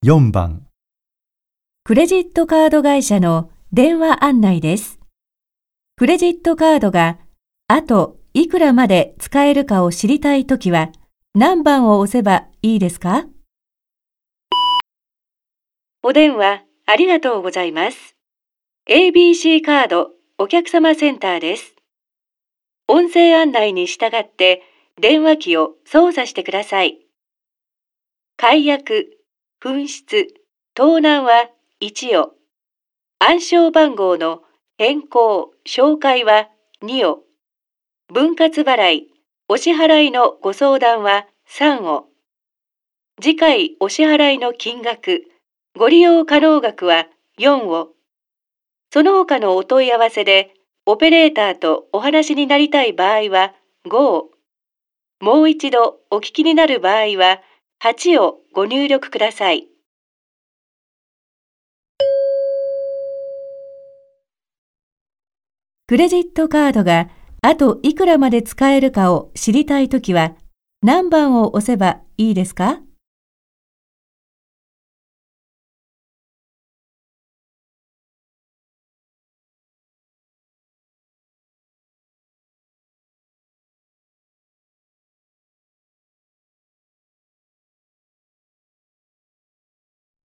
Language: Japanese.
4番。 クレジットカード会社の電話案内です。クレジットカードがあといくらまで使えるかを知りたいときは何番を押せばいいですか？お電話ありがとうございます。ABC カードお客様センターです。音声案内に従って電話機を操作してください。解約、紛失、盗難は1を、暗証番号の変更、照会は2を、分割払い、お支払いのご相談は3を、次回お支払いの金額、ご利用可能額は4を、その他のお問い合わせでオペレーターとお話になりたい場合は5を、もう一度お聞きになる場合は8をご入力ください。クレジットカードがあといくらまで使えるかを知りたいときは何番を押せばいいですか？